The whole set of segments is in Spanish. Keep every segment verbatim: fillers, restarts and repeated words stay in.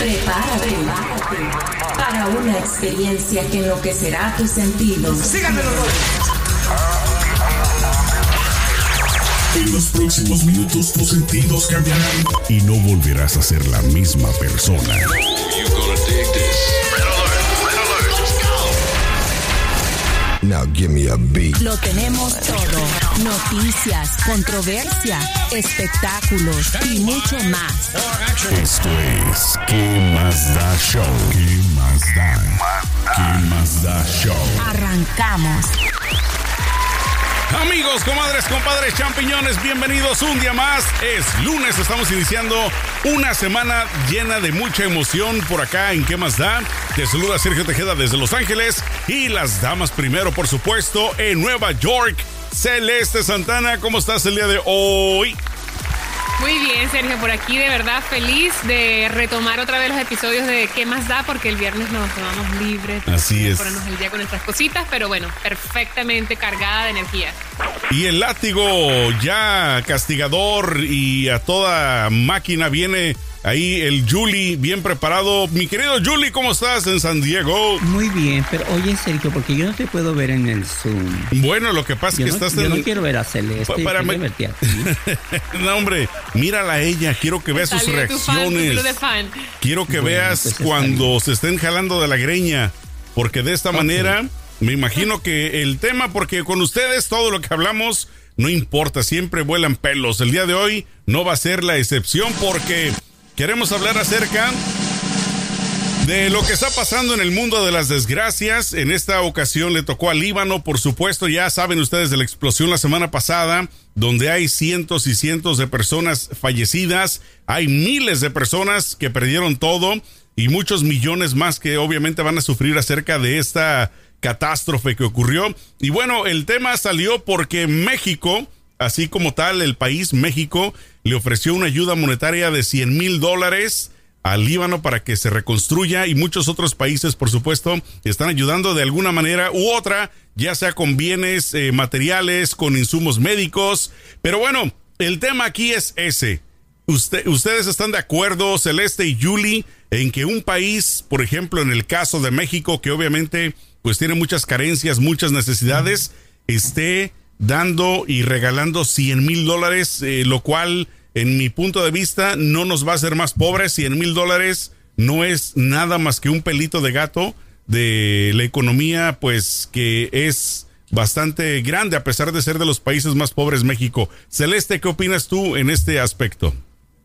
Prepárate para una experiencia que enloquecerá tus sentidos. Síganme los goles. En los próximos minutos tus sentidos cambiarán y no volverás a ser la misma persona. Now give me a beat. Lo tenemos todo. Noticias, controversia, espectáculos y mucho más. Esto es ¿Qué más da show? ¿Qué más da? ¿Qué más da show? Arrancamos. Amigos, comadres, compadres, champiñones, bienvenidos un día más. Es lunes, estamos iniciando una semana llena de mucha emoción por acá en ¿Qué más da? Te saluda Sergio Tejeda desde Los Ángeles y las damas primero, por supuesto, en Nueva York. Celeste Santana, ¿cómo estás el día de hoy? Muy bien, Sergio, por aquí de verdad feliz de retomar otra vez los episodios de ¿Qué más da? Porque el viernes nos tomamos libres. Así es. Ponernos el día con nuestras cositas, pero bueno, perfectamente cargada de energía. Y el látigo ya castigador y a toda máquina viene ahí el Juli bien preparado. Mi querido Juli, ¿cómo estás en San Diego? Muy bien, pero oye, Sergio, porque yo no te puedo ver en el Zoom. Bueno, lo que pasa es que no, estás yo en... Yo no quiero ver a Celeste, para quiero me... verte a ti. No, hombre, mírala a ella, quiero que veas sus reacciones. Fan, de fan. Quiero que bueno, veas pues cuando se estén jalando de la greña, porque de esta okay. manera me imagino que el tema, porque con ustedes todo lo que hablamos no importa, siempre vuelan pelos. El día de hoy no va a ser la excepción porque queremos hablar acerca de lo que está pasando en el mundo de las desgracias. En esta ocasión le tocó al Líbano, por supuesto, ya saben ustedes de la explosión la semana pasada, donde hay cientos y cientos de personas fallecidas, hay miles de personas que perdieron todo y muchos millones más que obviamente van a sufrir acerca de esta catástrofe que ocurrió. Y bueno, el tema salió porque México, así como tal, el país México, le ofreció una ayuda monetaria de cien mil dólares al Líbano para que se reconstruya y muchos otros países, por supuesto, están ayudando de alguna manera u otra, ya sea con bienes eh, materiales, con insumos médicos. Pero bueno, el tema aquí es ese. Usted, ustedes están de acuerdo, Celeste y Juli, en que un país, por ejemplo, en el caso de México, que obviamente pues tiene muchas carencias, muchas necesidades, esté dando y regalando cien mil dólares, eh, lo cual, en mi punto de vista, no nos va a hacer más pobres. cien mil dólares no es nada más que un pelito de gato de la economía, pues que es bastante grande, a pesar de ser de los países más pobres México. Celeste, ¿qué opinas tú en este aspecto?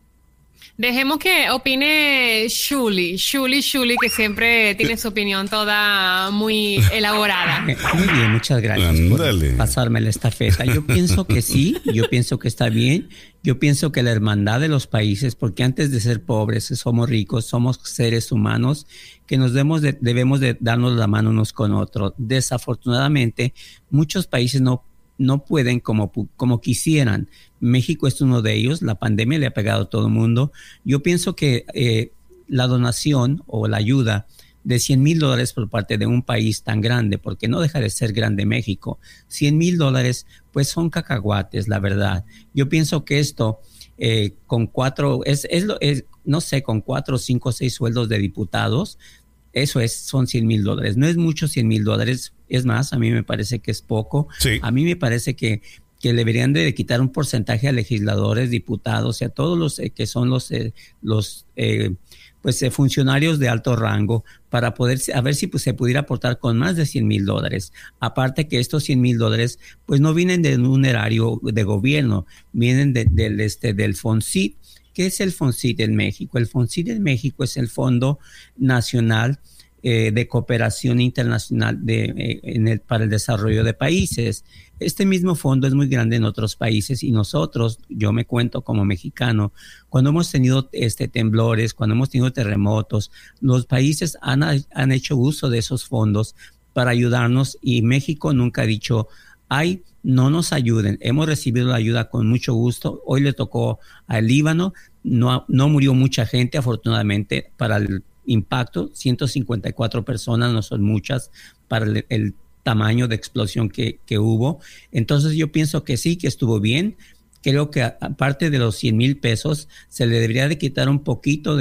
Dejemos que opine Shuli, Shuli, Shuli, que siempre tiene su opinión toda muy elaborada. Muy bien, muchas gracias Ándale. por pasarme la estafeta. Yo pienso que sí, yo pienso que está bien. Yo pienso que la hermandad de los países, porque antes de ser pobres somos ricos, somos seres humanos que nos debemos de, debemos de darnos la mano unos con otros. Desafortunadamente, muchos países no no pueden como, como quisieran. México es uno de ellos. La pandemia le ha pegado a todo el mundo. Yo pienso que eh, la donación o la ayuda de cien mil dólares por parte de un país tan grande, porque no deja de ser grande México, cien mil dólares pues son cacahuates, la verdad. Yo pienso que esto eh, con cuatro, es, es, es, no sé, con cuatro, cinco, seis sueldos de diputados, eso es, son cien mil dólares. No es mucho cien mil dólares, es más, a mí me parece que es poco. Sí. A mí me parece que, que deberían de quitar un porcentaje a legisladores, diputados y a todos los eh, que son los, eh, los eh, pues, eh, funcionarios de alto rango para poder, a ver si pues, se pudiera aportar con más de cien mil dólares. Aparte que estos cien mil dólares pues no vienen de un erario de gobierno, vienen de, de, este, del FONCIT. ¿Qué es el FONCIT en México? El FONCIT en México es el Fondo Nacional eh, de Cooperación Internacional de, eh, en el, para el Desarrollo de Países. Este mismo fondo es muy grande en otros países y nosotros, yo me cuento como mexicano, cuando hemos tenido este, temblores, cuando hemos tenido terremotos, los países han, han hecho uso de esos fondos para ayudarnos y México nunca ha dicho, ay, no nos ayuden. Hemos recibido la ayuda con mucho gusto. Hoy le tocó al Líbano. No, no murió mucha gente, afortunadamente, para el impacto. ciento cincuenta y cuatro personas, no son muchas, para el, el tamaño de explosión que, que hubo. Entonces yo pienso que sí, que estuvo bien. Creo que aparte de los cien mil pesos, se le debería de quitar un poquito de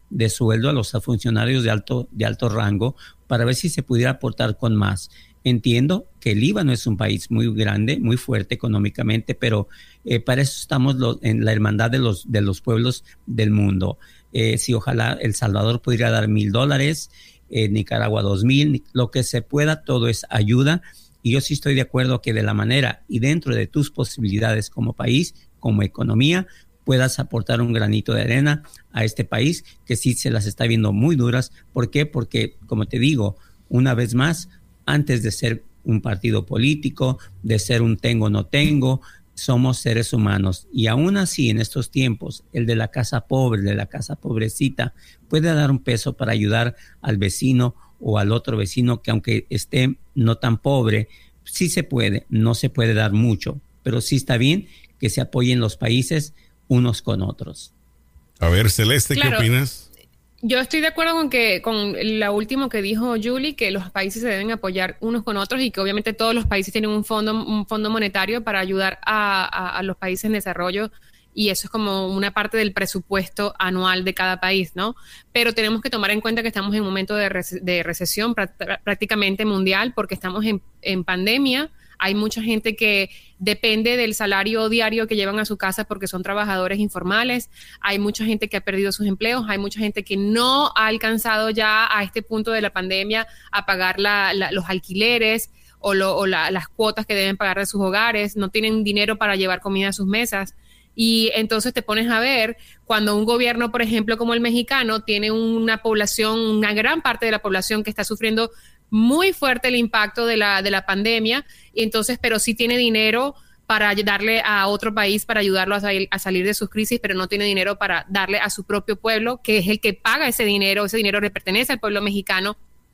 de sueldo a los funcionarios de alto, de alto rango para ver si se pudiera aportar con más. Entiendo que el Líbano es un país muy grande, muy fuerte económicamente, pero eh, para eso estamos lo, en la hermandad de los, de los pueblos del mundo. Eh, si ojalá El Salvador pudiera dar mil dólares, eh, Nicaragua dos mil, lo que se pueda, todo es ayuda. Y yo sí estoy de acuerdo que de la manera y dentro de tus posibilidades como país, como economía, puedas aportar un granito de arena a este país que sí se las está viendo muy duras. ¿Por qué? Porque, como te digo, una vez más, antes de ser un partido político, de ser un tengo no tengo, somos seres humanos. Y aún así, en estos tiempos, el de la casa pobre, el de la casa pobrecita, puede dar un peso para ayudar al vecino o al otro vecino que aunque esté no tan pobre, sí se puede, no se puede dar mucho, pero sí está bien que se apoyen los países unos con otros. A ver, Celeste, ¿qué claro. opinas? Yo estoy de acuerdo con que con la última que dijo Julie, que los países se deben apoyar unos con otros y que obviamente todos los países tienen un fondo un fondo monetario para ayudar a, a, a los países en desarrollo, y eso es como una parte del presupuesto anual de cada país, ¿no? Pero tenemos que tomar en cuenta que estamos en un momento de, rec- de recesión pr- prácticamente mundial, porque estamos en, en pandemia. Hay mucha gente que depende del salario diario que llevan a su casa porque son trabajadores informales. Hay mucha gente que ha perdido sus empleos. Hay mucha gente que no ha alcanzado ya a este punto de la pandemia a pagar la, la, los alquileres o, lo, o la, las cuotas que deben pagar de sus hogares. No tienen dinero para llevar comida a sus mesas. Y entonces te pones a ver cuando un gobierno, por ejemplo, como el mexicano, tiene una población, una gran parte de la población que está sufriendo muy fuerte el impacto de la, de la pandemia, y entonces, pero sí tiene dinero para darle a otro país, para ayudarlo a, sal, a salir de sus crisis, pero no tiene dinero para darle a su propio pueblo, que es el que paga ese dinero. Ese dinero le pertenece al pueblo mexicano,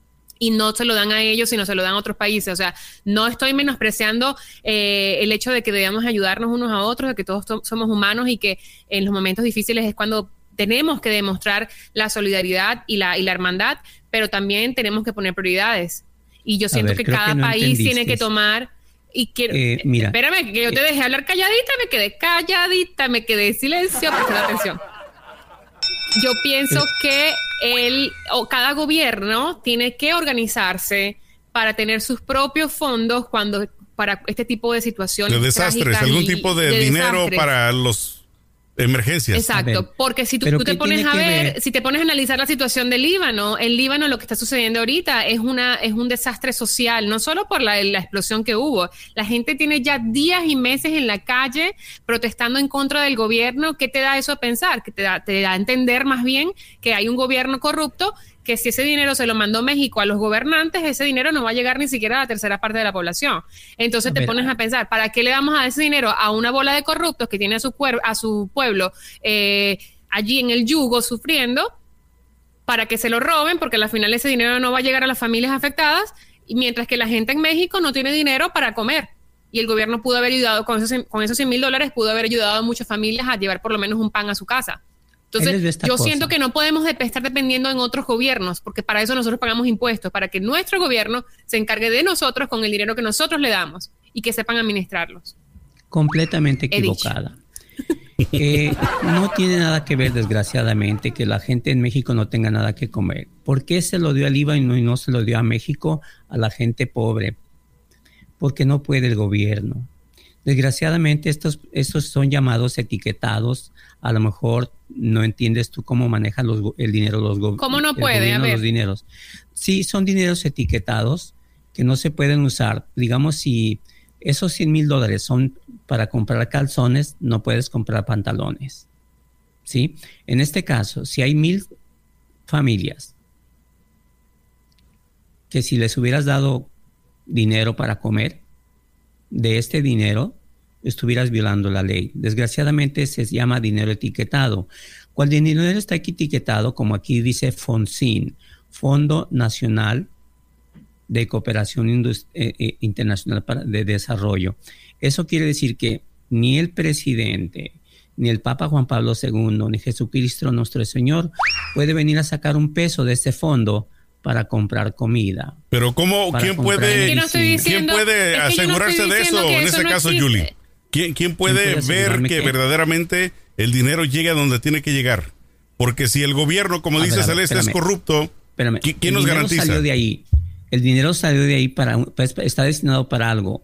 y no se lo dan a ellos, sino se lo dan a otros países. O sea, no estoy menospreciando eh, el hecho de que debamos ayudarnos unos a otros, de que todos to- somos humanos y que en los momentos difíciles es cuando tenemos que demostrar la solidaridad y la, y la hermandad, pero también tenemos que poner prioridades. Y yo siento ver, que creo cada que no país entendiste. tiene que tomar... Y quiero, Eh, mira, espérame, que yo te dejé hablar calladita, me quedé calladita, me quedé en silencio, prestando atención. Yo pienso que el, o cada gobierno tiene que organizarse para tener sus propios fondos cuando para este tipo de situaciones. De desastres, algún y, tipo de, de dinero desastres. Para los emergencias. Exacto, ver, porque si tú, tú te pones a ver, ver, si te pones a analizar la situación del Líbano, el Líbano lo que está sucediendo ahorita es una es un desastre social, no solo por la, la explosión que hubo. La gente tiene ya días y meses en la calle protestando en contra del gobierno. ¿Qué te da eso a pensar? Que te da, te da a entender más bien que hay un gobierno corrupto, que si ese dinero se lo mandó México a los gobernantes, ese dinero no va a llegar ni siquiera a la tercera parte de la población. Entonces a te ver, pones a pensar, ¿para qué le damos a ese dinero a una bola de corruptos que tiene a su, cuer- a su pueblo eh, allí en el yugo sufriendo, para que se lo roben? Porque al final ese dinero no va a llegar a las familias afectadas, y mientras que la gente en México no tiene dinero para comer. Y el gobierno pudo haber ayudado, con esos, con esos cien mil dólares, pudo haber ayudado a muchas familias a llevar por lo menos un pan a su casa. Entonces, yo cosa. siento que no podemos estar dependiendo en otros gobiernos, porque para eso nosotros pagamos impuestos, para que nuestro gobierno se encargue de nosotros con el dinero que nosotros le damos y que sepan administrarlos. Completamente equivocada. Eh, no tiene nada que ver, desgraciadamente, que la gente en México no tenga nada que comer. ¿Por qué se lo dio al Líbano y no se lo dio a México, a la gente pobre? Porque no puede el gobierno. Desgraciadamente, estos, estos son llamados etiquetados. A lo mejor no entiendes tú cómo manejan los, el dinero los gobiernos. ¿Cómo no puede? A ver. Los dineros. Sí, son dineros etiquetados que no se pueden usar. Digamos, si esos cien mil dólares son para comprar calzones, no puedes comprar pantalones. ¿Sí? En este caso, si hay mil familias que si les hubieras dado dinero para comer, de este dinero estuvieras violando la ley. Desgraciadamente se llama dinero etiquetado. Cuando el dinero está aquí etiquetado, como aquí dice FONSIN, Fondo Nacional de Cooperación Indust- eh, eh, Internacional para, de Desarrollo. Eso quiere decir que ni el presidente, ni el Papa Juan Pablo segundo, ni Jesucristo nuestro Señor puede venir a sacar un peso de este fondo para comprar comida. Pero ¿cómo? ¿Quién puede, no ¿quién puede asegurarse no de eso? En este no caso, existe. Julie. ¿Quién, quién puede, ¿Quién puede ver que verdaderamente el dinero llegue a donde tiene que llegar? Porque si el gobierno, como dice ver, Celeste, espérame, es corrupto, espérame, ¿quién nos garantiza? Salió de ahí. El dinero salió de ahí para, pues, está destinado para algo.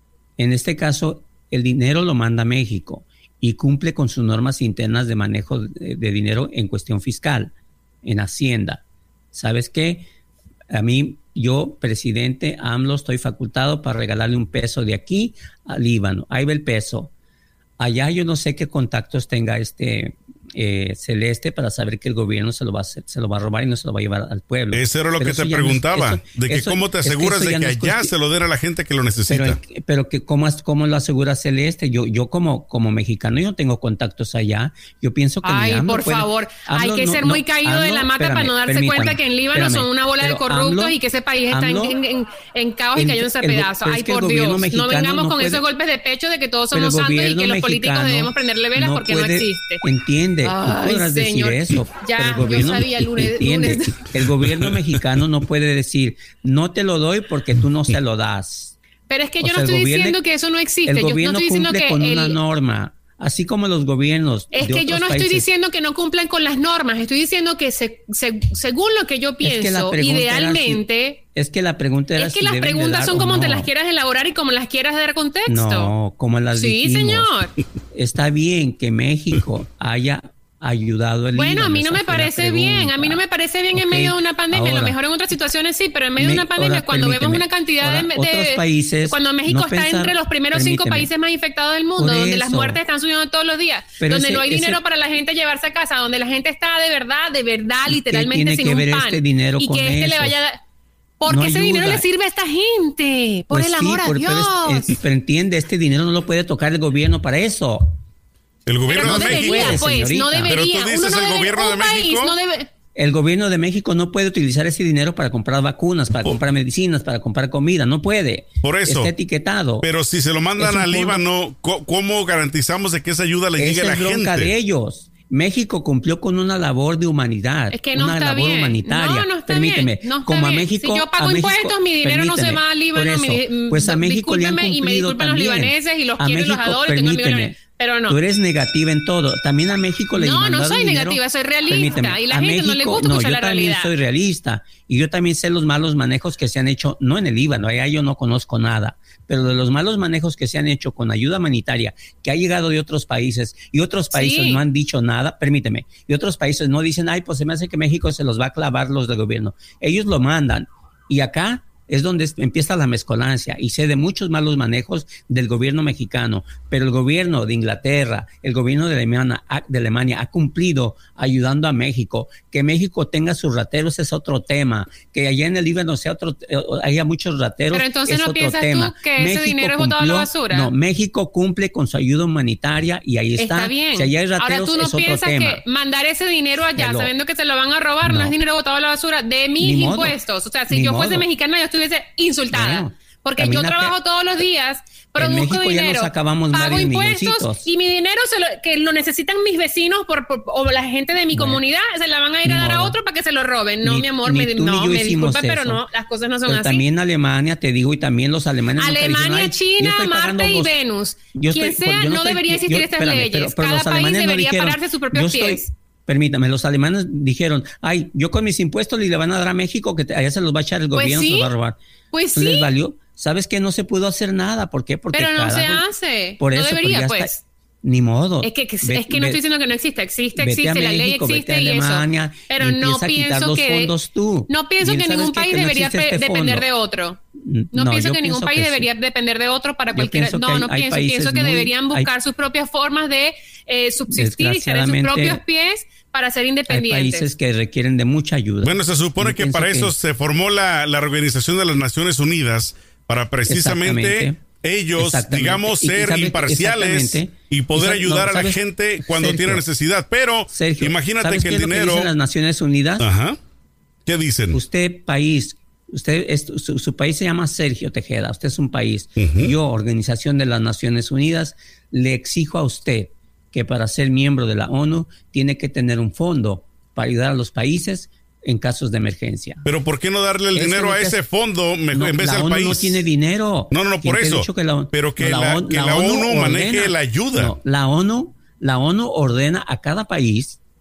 En este caso, el dinero lo manda México y cumple con sus normas internas de manejo de, de dinero en cuestión fiscal, en Hacienda. ¿Sabes qué? A mí, yo, presidente AMLO, estoy facultado para regalarle un peso de aquí al Líbano. Ahí va el peso. Allá yo no sé qué contactos tenga este eh, Celeste para saber que el gobierno se lo va a hacer, se lo va a robar y no se lo va a llevar al pueblo. Eso era lo pero que te preguntaba, no es, eso, de que eso, cómo te aseguras es que de que no allá se lo den a la gente que lo necesita. Pero, pero que cómo, cómo lo asegura Celeste. Yo, yo como, como mexicano, yo no tengo contactos allá. Yo pienso que Ay, por puede, favor, AMLO, hay que no, ser muy caído no, de la mata para no darse cuenta que en Líbano espérame, son una bola de corruptos AMLO, y que ese país está AMLO, en, en, en caos y cayéndose a pedazos. Ay, por Dios, no vengamos con esos golpes de pecho de que todos somos santos y que los políticos debemos prenderle velas porque no existe. Entiende, tú podrás decir eso. Ya, yo sabía lunes. El gobierno mexicano no puede decir, no te lo doy porque tú no se lo das. Pero es que yo no estoy diciendo que eso no existe. El gobierno yo no estoy cumple que con el, una norma, así como los gobiernos. Es que yo no países. estoy diciendo que no cumplan con las normas. Estoy diciendo que se, se, según lo que yo pienso, es que idealmente... Si, es que la pregunta era Es que si las preguntas son como no. te las quieras elaborar y como las quieras dar contexto. No, como las Sí, dijimos. señor. Está bien que México haya... ayudado el Bueno, Líbano, a mí no me parece bien, a mí no me parece bien okay. en medio de una pandemia, ahora, a lo mejor en otras situaciones sí, pero en medio me, de una pandemia, cuando vemos una cantidad ahora, de, de otros países, cuando México no está pensar, entre los primeros cinco países más infectados del mundo, donde eso. las muertes están subiendo todos los días, pero donde ese, no hay dinero ese, para la gente llevarse a casa, donde la gente está de verdad, de verdad, literalmente sin un pan, este dinero y con que este eso? le vaya a dar... Porque no ese ayuda. dinero le sirve a esta gente, por pues el amor sí, a Dios. Pero, es, pero entiende, este dinero no lo puede tocar el gobierno para eso. El gobierno pero no de debería, México. Pues, no debería. Pero tú dices Uno no el debe, gobierno de México. No debe... El gobierno de México no puede utilizar ese dinero para comprar vacunas, para oh. comprar medicinas, para comprar comida. No puede. Por eso. Está etiquetado. Pero si se lo mandan al Líbano, ¿cómo garantizamos de que esa ayuda le llegue a la gente? Esa es bronca de ellos. México cumplió con una labor de humanidad. Es que no una está labor bien. humanitaria. No, no está permíteme. Bien. No está como bien. a México. Si yo pago a México, impuestos, mi dinero no se va al Líbano. Eso, Mi, pues a México le han cumplido y me disculpan también. los libaneses y los a quiero México, y los adoro y tengo millones. Pero no. Tú eres negativa en todo. También a México le No, no soy dinero. negativa, soy realista. Permíteme. Y la a gente México, no le gusta no, escuchar la realidad. Yo también soy realista. Y yo también sé los malos manejos que se han hecho, no en el Líbano, allá yo no conozco nada. Pero de los malos manejos que se han hecho con ayuda humanitaria, que ha llegado de otros países, y otros países sí. no han dicho nada, permíteme, y otros países no dicen, ay, pues se me hace que México se los va a clavar los del gobierno. Ellos lo mandan. Y acá es donde empieza la mezcolancia, y sé de muchos malos manejos del gobierno mexicano, pero el gobierno de Inglaterra, el gobierno de Alemania, de Alemania ha cumplido ayudando a México. Que México tenga sus rateros es otro tema, que allá en el Líbano sea otro, haya muchos rateros. Pero entonces es no otro piensas tema. tú que México ese dinero es cumplió, botado a la basura. No, México cumple con su ayuda humanitaria y ahí está. Está bien. Si allá hay rateros, ahora tú no es otro piensas tema. que mandar ese dinero allá, Pero, sabiendo que se lo van a robar, no, no es dinero botado a la basura de mis Ni impuestos. Modo. O sea, si Ni yo modo. fuese mexicana, yo estuviese insultada. Bueno, porque yo trabajo todos los días, produzco dinero, pago impuestos y mi dinero se lo, que lo necesitan mis vecinos por, por, o la gente de mi bueno, comunidad, se la van a ir a dar modo. a otro para que se lo roben. No, ni, mi amor, ni me, tú, no, ni me disculpa, pero no, las cosas no son pero así. También Alemania, te digo, y también los alemanes. Alemania, no China, Marte y Venus. Quien estoy, sea, no, no estoy, debería existir yo, estas espérame, leyes. Pero, pero Cada país debería no dijeron, pararse sus propios estoy, pies. Permítame, los alemanes dijeron, ay, yo con mis impuestos le van a dar a México, que allá se los va a echar el pues gobierno, sí, se los va a robar. Pues sí. Les valió. ¿Sabes qué? No se pudo hacer nada. ¿Por qué? Porque pero no cada se vez, hace. Por no eso, debería, pues. pues. Ni modo. Es que, que, ve, es que no ve, estoy diciendo que no existe. Existe, existe. México, la ley existe y Alemania, eso. Pero no pienso que. Tú. No pienso que ningún país que debería no este depender fondo. de otro. No, no pienso que ningún país debería sí. depender de otro para cualquier. No, hay, no pienso. Pienso que muy, deberían buscar hay, sus propias formas de eh, subsistir y tener sus propios pies para ser independientes. Hay países que requieren de mucha ayuda. Bueno, se supone que para eso se formó la, la Organización de las Naciones Unidas, para precisamente ellos, digamos, ser sabe, imparciales y poder sabe, ayudar no, a la gente cuando Sergio, tiene necesidad. Pero Sergio, imagínate que el dinero... ¿Qué dicen las Naciones Unidas? Ajá. ¿Qué dicen? Usted, país, usted es, su, su país se llama Sergio Tejeda, usted es un país. Uh-huh. Yo, Organización de las Naciones Unidas, le exijo a usted que para ser miembro de la ONU tiene que tener un fondo para ayudar a los países en casos de emergencia. Pero ¿por qué no darle el eso dinero a ese fondo mejor, no, en vez del país? La ONU no tiene dinero. No, no, no por eso. Que la, pero que la, la, que la, la ONU, ONU maneje ordena, la ayuda. No, la ONU, la ONU ordena a cada país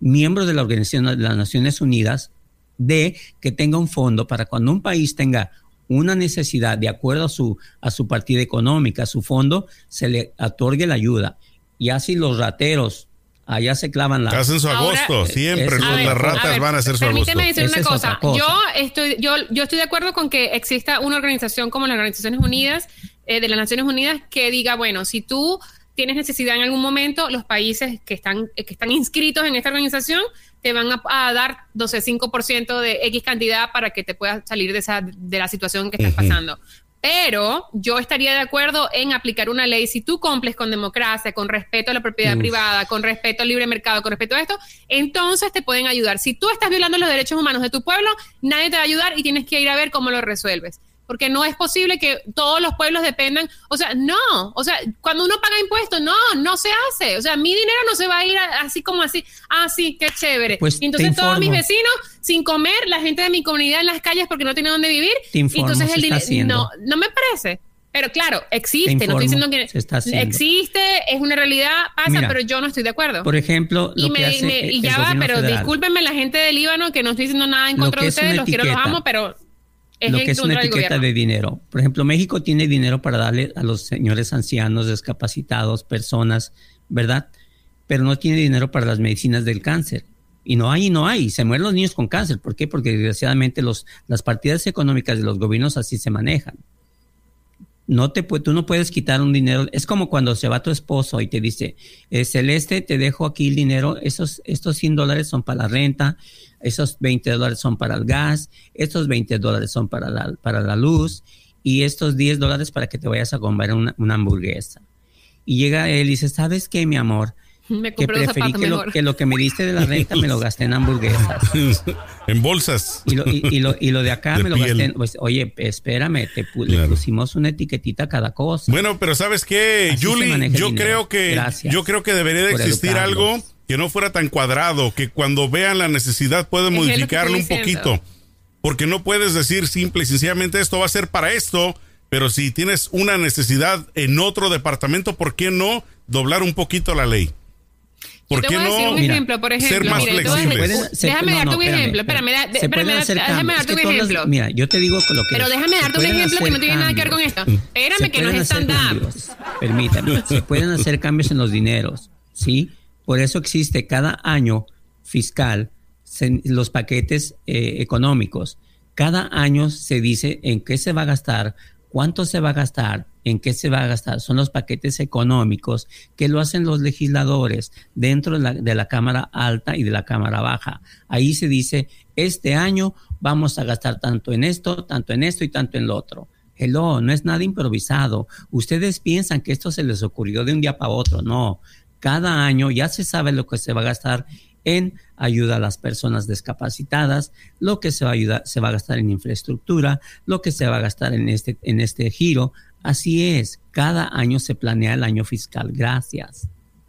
miembros de la Organización de las Naciones Unidas de que tenga un fondo para cuando un país tenga una necesidad de acuerdo a su, a su partida económica, a su fondo, se le otorgue la ayuda. Y así los rateros allá se clavan la... Hacen su agosto, ahora, siempre los, ver, las ratas ver, van a hacer su agosto. Permíteme decir una cosa. cosa. Yo estoy, yo, yo estoy de acuerdo con que exista una organización como las Organizaciones Unidas, eh, de las Naciones Unidas, que diga, bueno, si tú tienes necesidad en algún momento, los países que están, que están inscritos en esta organización te van a, a dar doce, cinco por ciento de X cantidad para que te puedas salir de esa de la situación que estás uh-huh. pasando. Pero yo estaría de acuerdo en aplicar una ley si tú cumples con democracia, con respeto a la propiedad Uf. privada, con respeto al libre mercado, con respeto a esto, entonces te pueden ayudar. Si tú estás violando los derechos humanos de tu pueblo, nadie te va a ayudar y tienes que ir a ver cómo lo resuelves. Porque no es posible que todos los pueblos dependan, o sea, no, o sea, cuando uno paga impuestos, no, no se hace, o sea, mi dinero no se va a ir a, así como así, ah, sí, qué chévere. Pues y entonces todos mis vecinos sin comer, la gente de mi comunidad en las calles porque no tiene dónde vivir, te informo, y entonces el dinero, no, no me parece. Pero claro, existe, informo, no estoy diciendo que existe, es una realidad, pasa, Mira, pero yo no estoy de acuerdo. Por ejemplo, lo y, me, que hace me, y ya va, pero federal. Discúlpenme la gente de Líbano que no estoy diciendo nada en contra de ustedes, los quiero, los amo, pero es lo que es una etiqueta de dinero. Por ejemplo, México tiene dinero para darle a los señores ancianos, discapacitados, personas, ¿verdad? Pero no tiene dinero para las medicinas del cáncer. Y no hay, y no hay. Se mueren los niños con cáncer. ¿Por qué? Porque desgraciadamente los, las partidas económicas de los gobiernos así se manejan. No te, tú no puedes quitar un dinero. Es como cuando se va tu esposo y te dice, eh, Celeste, te dejo aquí el dinero. Esos, estos cien dólares son para la renta. Esos veinte dólares son para el gas. Estos veinte dólares son para la, para la luz. Y estos diez dólares para que te vayas a comer una, una hamburguesa. Y llega él y dice, ¿sabes qué, mi amor? Me que preferí que lo, que lo que me diste de la renta me lo gasté en hamburguesas. En bolsas. Y lo, y, y lo, y lo de acá de me lo piel. gasté en... Pues, oye, espérame, te pu- claro. le pusimos una etiquetita a cada cosa. Bueno, pero ¿sabes qué, Julie? Yo creo que Gracias yo creo que debería de existir educarlos. algo que no fuera tan cuadrado, que cuando vean la necesidad pueden modificarlo un poquito. Porque no puedes decir simple y sencillamente esto va a ser para esto, pero si tienes una necesidad en otro departamento, ¿por qué no doblar un poquito la ley? ¿Por qué no un ejemplo, por ejemplo, ser más mira, flexibles? Déjame darte un ejemplo. Espérame, espérame, déjame darte un ejemplo. Mira, yo te digo lo que... Pero déjame darte un ejemplo que no tiene nada que ver con esto. Espérame que no es stand-up. Permítame. Se pueden hacer cambios en los dineros, ¿sí? Por eso existe cada año fiscal los paquetes eh, económicos. Cada año se dice en qué se va a gastar, cuánto se va a gastar, en qué se va a gastar. Son los paquetes económicos que lo hacen los legisladores dentro de la, de la Cámara Alta y de la Cámara Baja. Ahí se dice, este año vamos a gastar tanto en esto, tanto en esto y tanto en lo otro. Hello, no es nada improvisado. Ustedes piensan que esto se les ocurrió de un día para otro. No, cada año ya se sabe lo que se va a gastar en ayuda a las personas discapacitadas, lo que se va a ayudar, se va a gastar en infraestructura, lo que se va a gastar en este, en este giro. Así es, cada año se planea el año fiscal. Gracias.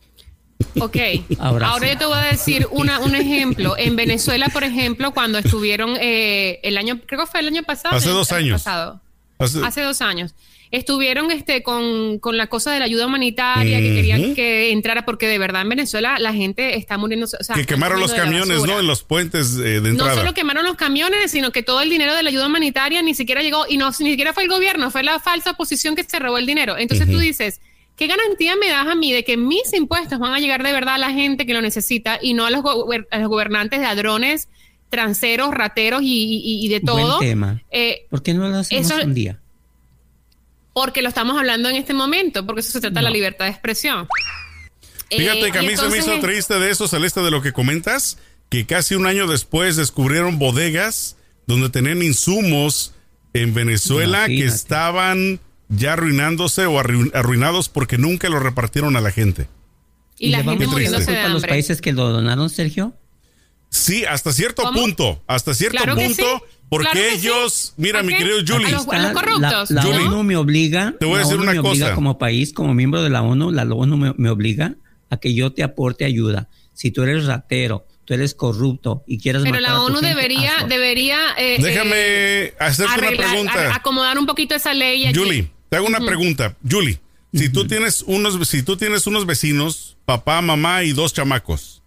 Ok, ahora, ahora sí. Yo te voy a decir una, un ejemplo. En Venezuela, por ejemplo, cuando estuvieron eh, el año, creo que fue el año pasado. Hace dos el, años. El pasado, hace... hace dos años. Estuvieron este con, con la cosa de la ayuda humanitaria, uh-huh. que querían que entrara, porque de verdad en Venezuela la gente está muriendo. O sea, que quemaron los camiones, ¿no? En los puentes eh, de entrada. No solo quemaron los camiones, sino que todo el dinero de la ayuda humanitaria ni siquiera llegó, y no ni siquiera fue el gobierno, fue la falsa oposición que se robó el dinero. Entonces uh-huh. tú dices, ¿qué garantía me das a mí de que mis impuestos van a llegar de verdad a la gente que lo necesita y no a los, go- a los gobernantes ladrones, transeros, rateros y, y, y de todo? Buen tema. Eh, ¿Por qué no lo hacemos eso, un día? Porque lo estamos hablando en este momento, porque eso se trata no. de la libertad de expresión. Fíjate eh, que a mí entonces... se me hizo triste de eso, Celeste, de lo que comentas, que casi un año después descubrieron bodegas donde tenían insumos en Venezuela Imagínate. que estaban ya arruinándose o arru- arruinados porque nunca lo repartieron a la gente. Y, y la gente muriéndose de hambre. ¿A los países que lo donaron, Sergio? Sí, hasta cierto ¿Cómo? punto, hasta cierto claro punto, sí. porque claro ellos, sí. mira, okay. mi querido Julie, a los, a los corruptos. La, la Julie, ONU me obliga, te voy a decir ONU una me cosa. Obliga como país, como miembro de la ONU, la ONU me, me obliga a que yo te aporte ayuda. Si tú eres ratero, tú eres corrupto y quieres Pero matar la a tu ONU gente, debería, hazlo. debería eh, déjame eh, hacerte arreglar, una pregunta. A, acomodar un poquito esa ley aquí. Julie, te hago una uh-huh. pregunta. Julie, si uh-huh. tú tienes unos, si tú tienes unos vecinos, papá, mamá y dos chamacos,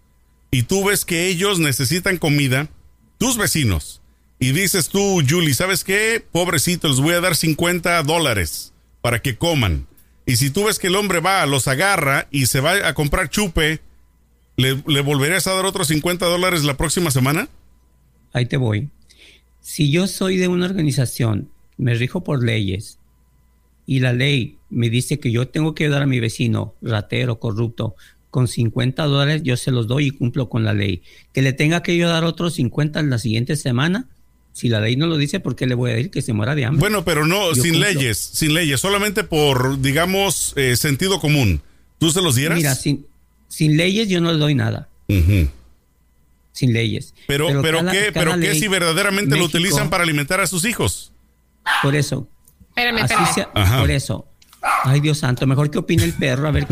y tú ves que ellos necesitan comida, tus vecinos, y dices tú, Julie, ¿sabes qué? Pobrecito, les voy a dar cincuenta dólares para que coman. Y si tú ves que el hombre va, los agarra y se va a comprar chupe, ¿le, le volverías a dar otros cincuenta dólares la próxima semana? Ahí te voy. Si yo soy de una organización, me rijo por leyes, y la ley me dice que yo tengo que ayudar a mi vecino, ratero, corrupto, con cincuenta dólares, yo se los doy y cumplo con la ley. Que le tenga que yo dar otros cincuenta en la siguiente semana, si la ley no lo dice, ¿por qué le voy a decir que se muera de hambre? Bueno, pero no, yo sin cumplo. leyes, sin leyes, solamente por, digamos, eh, sentido común. ¿Tú se los dieras? Mira, sin, sin leyes yo no le doy nada. Uh-huh. Sin leyes. Pero, pero, pero cada, ¿qué, cada pero ley, ¿qué si verdaderamente México, lo utilizan para alimentar a sus hijos? Por eso. Espérame, espérame. Se, por eso. Ay, Dios santo, mejor que opine el perro, a ver qué.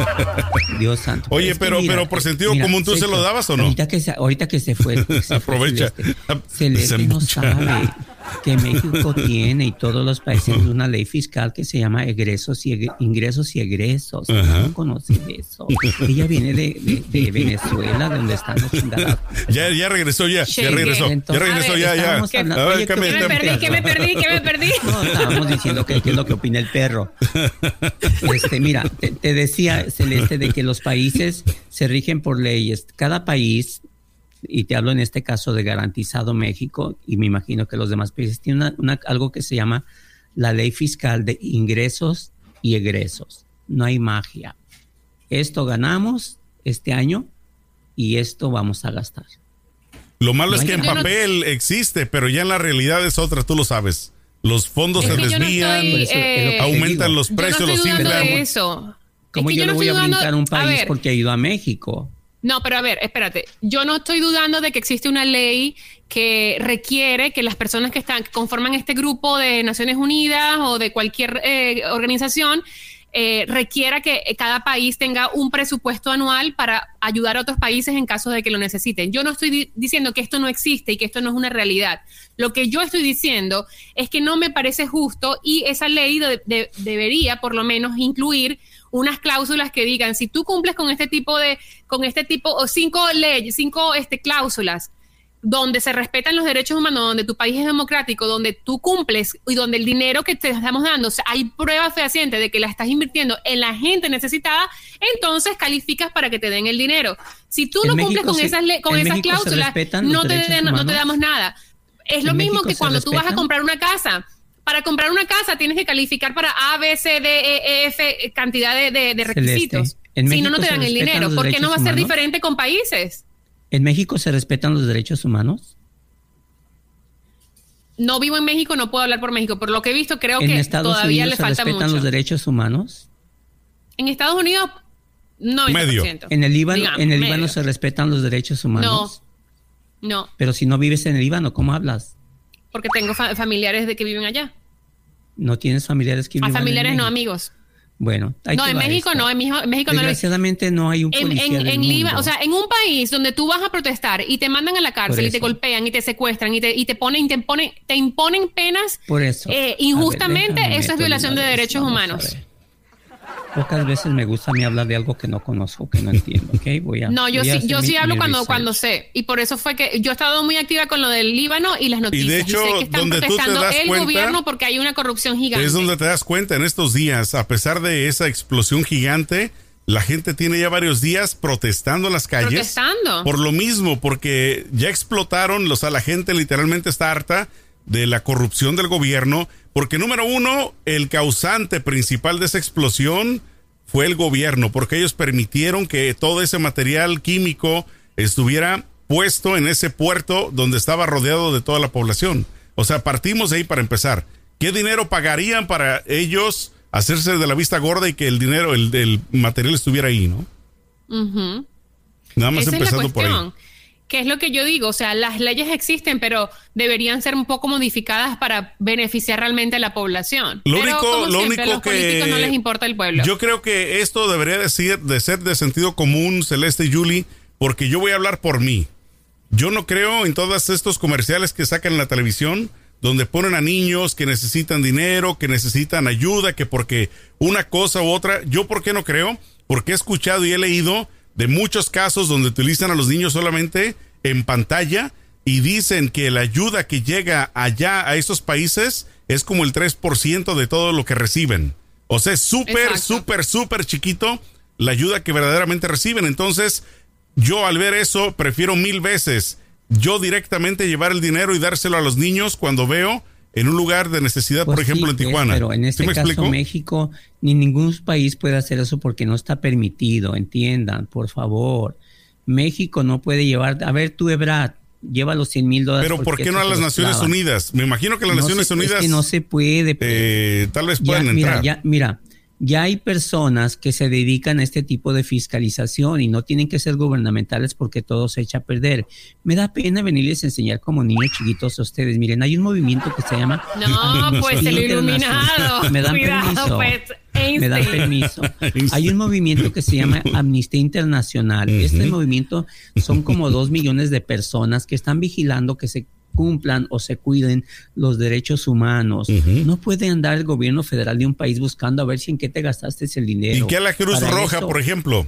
Dios santo. Oye, pero, mira, pero por sentido mira, común, ¿tú se, se lo dabas o no? Ahorita que se, ahorita que se fue. Que se Aprovecha. Fue Celeste, Celeste no sabe que México tiene y todos los países uh-huh. una ley fiscal que se llama egresos y eg- ingresos y egresos. Uh-huh. No conoce eso. Ella viene de, de, de Venezuela, de donde están los chingados. Ya, ya regresó, ya. Sí, ya regresó. Entonces, ya regresó, ver, ya, ya. Hablando, a ver, oye, ¿qué, me, me perdí, ¿qué me perdí? ¿Qué me perdí? No, estábamos diciendo que, que es lo que opina el perro. Este, mira, te, te decía, Celeste, de que los países se rigen por leyes. Cada país, y te hablo en este caso de garantizado México, y me imagino que los demás países tienen una, una, algo que se llama la ley fiscal de ingresos y egresos. No hay magia. Esto ganamos este año y esto vamos a gastar. Lo malo no es que en yo papel no... existe, pero ya en la realidad es otra, tú lo sabes. Los fondos es se desvían, no estoy, eh, aumentan los precios, no los inflan. Eso. ¿Cómo es que yo, yo no le voy a dudando, brincar un país a porque ayudo a México? No, pero a ver, espérate. Yo no estoy dudando de que existe una ley que requiere que las personas que están que conforman este grupo de Naciones Unidas o de cualquier eh, organización eh, requiera que cada país tenga un presupuesto anual para ayudar a otros países en caso de que lo necesiten. Yo no estoy di- diciendo que esto no existe y que esto no es una realidad. Lo que yo estoy diciendo es que no me parece justo y esa ley de- de- debería por lo menos incluir unas cláusulas que digan, si tú cumples con este tipo de, con este tipo, o cinco leyes, cinco este, cláusulas, donde se respetan los derechos humanos, donde tu país es democrático, donde tú cumples y donde el dinero que te estamos dando, o sea, hay pruebas fehacientes de que la estás invirtiendo en la gente necesitada, entonces calificas para que te den el dinero. Si tú no cumples con esas, le- con esas cláusulas, no te, de, no te damos nada. Es lo mismo que cuando tú vas a comprar una casa. Para comprar una casa tienes que calificar para A, B, C, D, E, F cantidad de, de, de requisitos. Si no, no te dan el dinero. ¿Por qué no va a ser diferente con países? ¿En México se respetan los derechos humanos? No vivo en México, no puedo hablar por México. Por lo que he visto, creo ¿En que Estados todavía Unidos le falta mucho. ¿Se respetan los derechos humanos? En Estados Unidos, noventa por ciento. Medio. ¿En el Líbano, Digamos, en el medio. Líbano se respetan los derechos humanos? No, no. Pero si no vives en el Líbano, ¿cómo hablas? Porque tengo fa- familiares de que viven allá. ¿No tienes familiares que A viven familiares en no, México? amigos. Bueno, ahí No, te en va México esto. no, en México, en México no. Desgraciadamente no hay un En, policía en, del en Líbano, mundo. o sea, en un país donde tú vas a protestar y te mandan a la cárcel y te eso. golpean y te secuestran y te, y te ponen, y te ponen, te imponen penas Por eso. eh, A ver, injustamente, déjame eso es meto violación de una vez, derechos vamos a humanos. ver. Pocas veces me gusta a mí hablar de algo que no conozco, que no entiendo, ¿ok? Voy a, No, yo voy a sí, hacer yo mi- sí hablo mi cuando, research. cuando sé. Y por eso fue que yo he estado muy activa con lo del Líbano y las noticias. Y de hecho, sé que están donde tú te protestando das el cuenta, gobierno porque hay una corrupción gigante. Es donde te das cuenta en estos días, a pesar de esa explosión gigante, la gente tiene ya varios días protestando en las calles. Protestando. Por lo mismo, porque ya explotaron, o sea, la gente literalmente está harta de la corrupción del gobierno, porque número uno, el causante principal de esa explosión fue el gobierno, porque ellos permitieron que todo ese material químico estuviera puesto en ese puerto donde estaba rodeado de toda la población. O sea, partimos de ahí para empezar. ¿Qué dinero pagarían para ellos hacerse de la vista gorda y que el dinero, el, el material estuviera ahí, ¿no? Uh-huh. Nada más Esa empezando es la por ahí. cuestión. ¿Qué es lo que yo digo? O sea, las leyes existen, pero deberían ser un poco modificadas para beneficiar realmente a la población. Lo pero, único, como lo siempre, único a los que políticos no les importa el pueblo. Yo creo que esto debería decir, de ser de sentido común, Celeste y Julie, porque yo voy a hablar por mí. Yo no creo en todos estos comerciales que sacan en la televisión, donde ponen a niños que necesitan dinero, que necesitan ayuda, que porque una cosa u otra. ¿Yo por qué no creo? Porque he escuchado y he leído de muchos casos donde utilizan a los niños solamente en pantalla y dicen que la ayuda que llega allá a esos países es como el tres por ciento de todo lo que reciben. O sea, es súper, súper, súper chiquito la ayuda que verdaderamente reciben. Entonces, yo al ver eso, prefiero mil veces yo directamente llevar el dinero y dárselo a los niños cuando veo en un lugar de necesidad, pues por ejemplo, sí, en Tijuana. Pero en este ¿Sí me caso, explico? México, ni ningún país puede hacer eso porque no está permitido. Entiendan, por favor. México no puede llevar... A ver, tú, Ebrad, lleva los cien mil dólares. Pero ¿por qué no a las Naciones clavan. Unidas? Me imagino que las no Naciones se, Unidas... Es que no se puede. Eh, tal vez puedan ya, entrar. Mira, ya, mira, ya hay personas que se dedican a este tipo de fiscalización y no tienen que ser gubernamentales porque todo se echa a perder. Me da pena venirles a enseñar como niños chiquitos a ustedes. Miren, hay un movimiento que se llama... No, pues el iluminado. Me dan Cuidado, permiso. Pues. Me dan permiso. Hay un movimiento que se llama Amnistía Internacional. Uh-huh. Este movimiento son como dos millones de personas que están vigilando que se cumplan o se cuiden los derechos humanos. Uh-huh. No puede andar el gobierno federal de un país buscando a ver si en qué te gastaste el dinero. ¿Y qué a la Cruz Para Roja, eso, por ejemplo?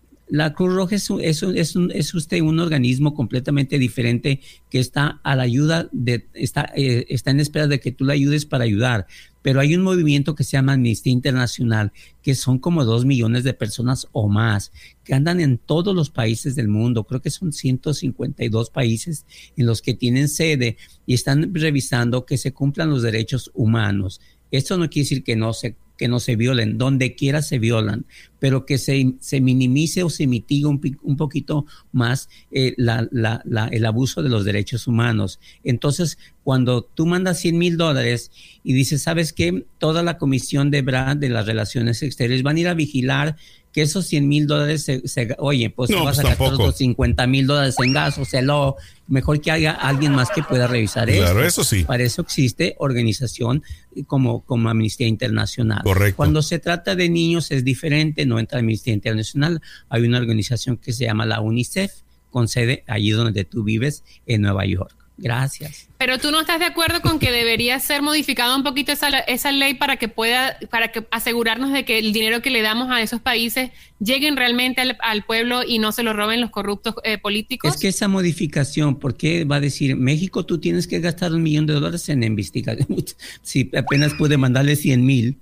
La Cruz Roja es, un, es, un, es, un, es usted un organismo completamente diferente que está a la ayuda de, está, eh, está en espera de que tú le ayudes para ayudar. Pero hay un movimiento que se llama Amnistía Internacional, que son como dos millones de personas o más, que andan en todos los países del mundo. Creo que son ciento cincuenta y dos países en los que tienen sede y están revisando que se cumplan los derechos humanos. Esto no quiere decir que no se que no se violen, donde quiera se violan, pero que se, se minimice o se mitigue un, un poquito más eh, la, la, la, el abuso de los derechos humanos. Entonces, cuando tú mandas cien mil dólares y dices, ¿sabes qué? Toda la comisión de Brad de las relaciones exteriores van a ir a vigilar que esos cien mil dólares se, se, oye, pues no, vas pues a gastar los cincuenta mil dólares en gas, o sea, lo mejor que haya alguien más que pueda revisar eso. Claro, eso sí. Para eso existe organización como, como Amnistía Internacional. Correcto. Cuando se trata de niños es diferente, no entra Amnistía Internacional. Hay una organización que se llama la UNICEF, con sede allí donde tú vives, en Nueva York. Gracias. Pero tú no estás de acuerdo con que debería ser modificada un poquito esa, esa ley para que pueda, para que asegurarnos de que el dinero que le damos a esos países lleguen realmente al, al pueblo y no se lo roben los corruptos eh, políticos. Es que esa modificación, ¿por qué va a decir México tú tienes que gastar un millón de dólares en investigación? Si apenas pude mandarle cien mil.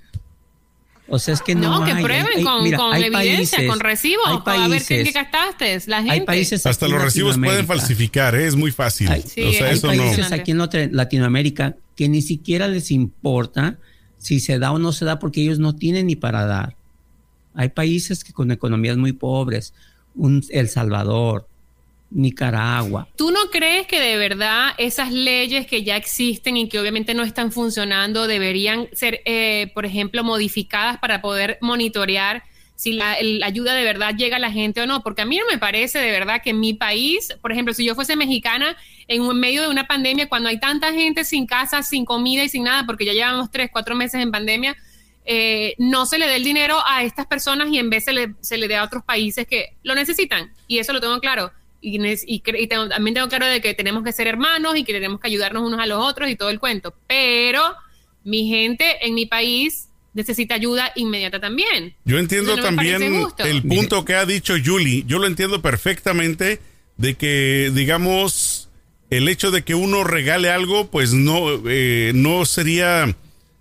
O sea, es que no, no que hay, prueben hay, con, mira, con evidencia, países, con recibos, a ver qué, qué gastaste, la gente. Hay países hasta los recibos pueden falsificar, ¿eh? Es muy fácil. Hay, sí, o sea, hay eso países no. aquí en Latinoamérica que ni siquiera les importa si se da o no se da porque ellos no tienen ni para dar. Hay países que con economías muy pobres, un El Salvador, Nicaragua. ¿Tú no crees que de verdad esas leyes que ya existen y que obviamente no están funcionando deberían ser, eh, por ejemplo, modificadas para poder monitorear si la, la ayuda de verdad llega a la gente o no? Porque a mí no me parece de verdad que en mi país, por ejemplo, si yo fuese mexicana, en medio de una pandemia, cuando hay tanta gente sin casa, sin comida y sin nada, porque ya llevamos tres, cuatro meses en pandemia, eh, no se le dé el dinero a estas personas y en vez se le, se le dé a otros países que lo necesitan. Y eso lo tengo claro. Y, y, y tengo, también tengo claro de que tenemos que ser hermanos y que tenemos que ayudarnos unos a los otros y todo el cuento. Pero mi gente en mi país necesita ayuda inmediata también. Yo entiendo no también el punto que ha dicho Julie. Yo lo entiendo perfectamente de que, digamos, el hecho de que uno regale algo, pues no, eh, no sería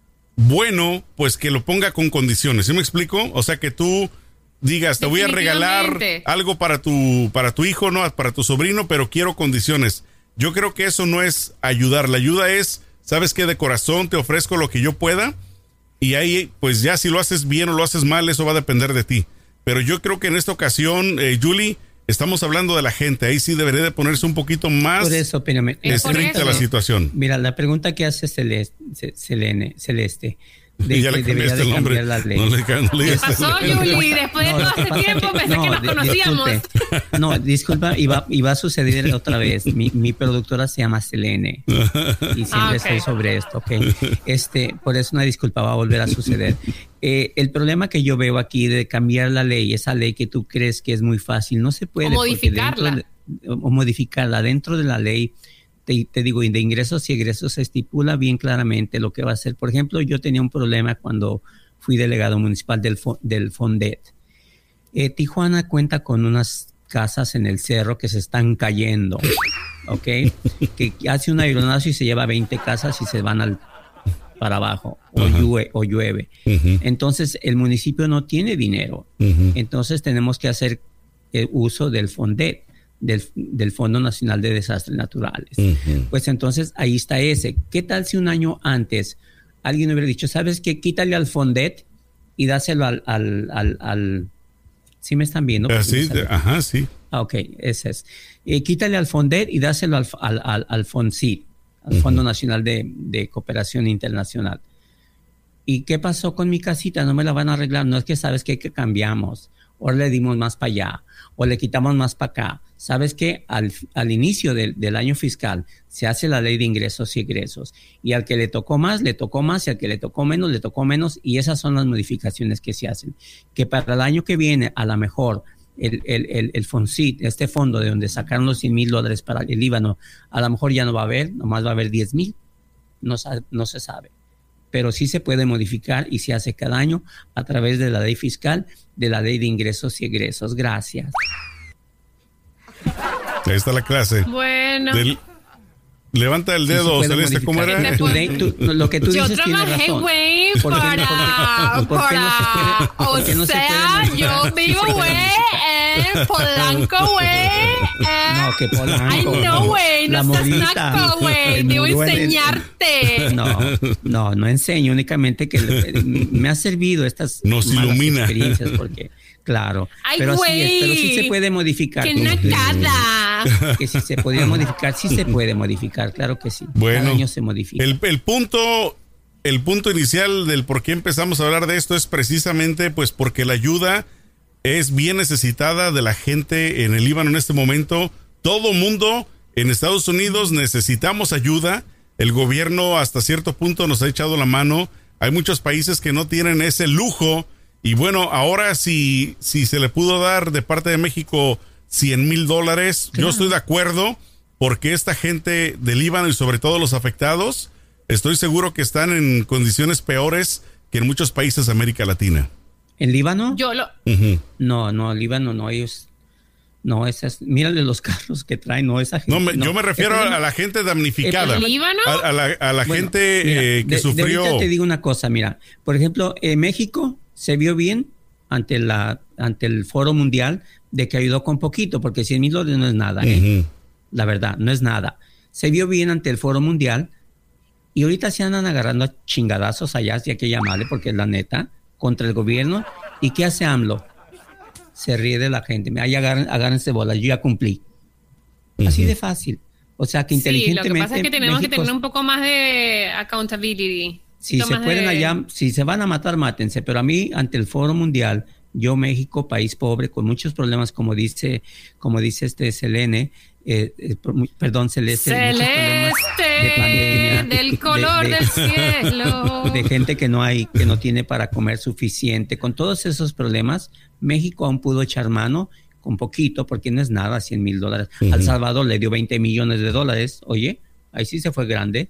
bueno, pues que lo ponga con condiciones. ¿Sí me explico? O sea, que tú digas, te voy a regalar algo para tu, para tu hijo, no, para tu sobrino, pero quiero condiciones. Yo creo que eso no es ayudar. La ayuda es, ¿sabes qué? De corazón te ofrezco lo que yo pueda. Y ahí, pues ya si lo haces bien o lo haces mal, eso va a depender de ti. Pero yo creo que en esta ocasión, eh, Julie, estamos hablando de la gente. Ahí sí debería de ponerse un poquito más por eso, espérame, estricta la situación. Mira, la pregunta que hace Celeste, Selene, Celeste, de y ya que le debería de cambiar nombre. La ley. No le, no le ¿Qué pasó, Julie? Después de todo este tiempo pensé no, que nos conocíamos. Disculpe. No, disculpa, iba, iba a suceder otra vez. Mi, mi productora se llama Selene y siempre ah, okay. estoy sobre esto, ¿ok? Este, por eso una disculpa, va a volver a suceder. Eh, el problema que yo veo aquí de cambiar la ley, esa ley que tú crees que es muy fácil, no se puede. O modificarla. De, o modificarla. Dentro de la ley, te, te digo, de ingresos y egresos se estipula bien claramente lo que va a hacer. Por ejemplo, yo tenía un problema cuando fui delegado municipal del, del Fondet. Eh, Tijuana cuenta con unas casas en el cerro que se están cayendo, ¿ok? Que hace un aeronazo y se lleva veinte casas y se van al, para abajo, o llueve. O llueve. Uh-huh. Entonces, el municipio no tiene dinero. Uh-huh. Entonces, tenemos que hacer el uso del FONDET, del, del Fondo Nacional de Desastres Naturales. Uh-huh. Pues entonces, ahí está ese. ¿Qué tal si un año antes alguien hubiera dicho, ¿sabes qué? Quítale al FONDET y dáselo al... al, al, al ¿sí me están viendo? Uh, sí, de, ajá, sí. Ah, ok, ese es. Eh, quítale al FONDET y dáselo al, al, al, al FONCID, al uh-huh. Fondo Nacional de, de Cooperación Internacional. ¿Y qué pasó con mi casita? No me la van a arreglar. No es que sabes que, que cambiamos, o le dimos más para allá, o le quitamos más para acá. Sabes que al, al inicio del, del año fiscal se hace la ley de ingresos y egresos, y al que le tocó más, le tocó más, y al que le tocó menos, le tocó menos, y esas son las modificaciones que se hacen. Que para el año que viene, a lo mejor, el, el, el, el FONCID, este fondo de donde sacaron los cien mil dólares para el Líbano, a lo mejor ya no va a haber, nomás va a haber diez mil, no, no se sabe. Pero sí se puede modificar y se hace cada año a través de la ley fiscal, de la ley de ingresos y egresos. Gracias. Ahí está la clase. Bueno. Del, levanta el dedo, sí Celeste, ¿cómo era? Tu ley, tu, lo que tú yo dices tiene razón. Yo trabajé, güey, para... ¿Por qué no se puede? O ¿por qué no sea, se puede yo vivo, güey, en Polanco, güey. No, que Polanco. Ay, no, güey, no seas naco, güey. Debo enseñarte. No, no, no enseño, únicamente que me ha servido estas Nos malas ilumina. experiencias porque... Claro, Ay, pero güey, sí es, pero sí se puede modificar. ¡Qué nacada! Que si se podía modificar, sí se puede modificar, claro que sí. Bueno, cada año se modifica. El, el punto, el punto inicial del por qué empezamos a hablar de esto es precisamente pues porque la ayuda es bien necesitada de la gente en el Líbano en este momento. Todo mundo en Estados Unidos necesitamos ayuda. El gobierno hasta cierto punto nos ha echado la mano. Hay muchos países que no tienen ese lujo. Y bueno, ahora si, si se le pudo dar de parte de México cien mil dólares, claro. Yo estoy de acuerdo porque esta gente del Líbano y sobre todo los afectados, estoy seguro que están en condiciones peores que en muchos países de América Latina. ¿En Líbano? Yo lo... Uh-huh. No, no, Líbano no, ellos... No, esas, mírale los carros que traen, no, esa gente. No, me, no. yo me refiero a la gente damnificada. ¿El Líbano? A, a la, a la bueno, gente mira, eh, que de, sufrió. De te digo una cosa, mira, por ejemplo, eh, México se vio bien ante la ante el Foro Mundial de que ayudó con poquito, porque cien mil dólares no es nada, ¿eh? Uh-huh. La verdad, no es nada. Se vio bien ante el Foro Mundial y ahorita se andan agarrando a chingadazos allá, si hay que llamarle, porque es la neta, contra el gobierno. ¿Y qué hace AMLO? Se ríe de la gente. Ahí agarren, agárrense bolas, yo ya cumplí. Uh-huh. Así de fácil. O sea que inteligentemente. Sí, lo que pasa es que tenemos México, que tener un poco más de accountability. Si se pueden de... allá, si se van a matar, mátense. Pero a mí, ante el Foro Mundial, yo, México, país pobre, con muchos problemas, como dice, como dice este Selene, eh, eh, perdón, Celeste. Celeste, de pandemia, del color de, de, del cielo. De gente que no hay, que no tiene para comer suficiente. Con todos esos problemas, México aún pudo echar mano con poquito, porque no es nada, cien mil dólares. Uh-huh. Al Salvador le dio veinte millones de dólares. Oye, ahí sí se fue grande.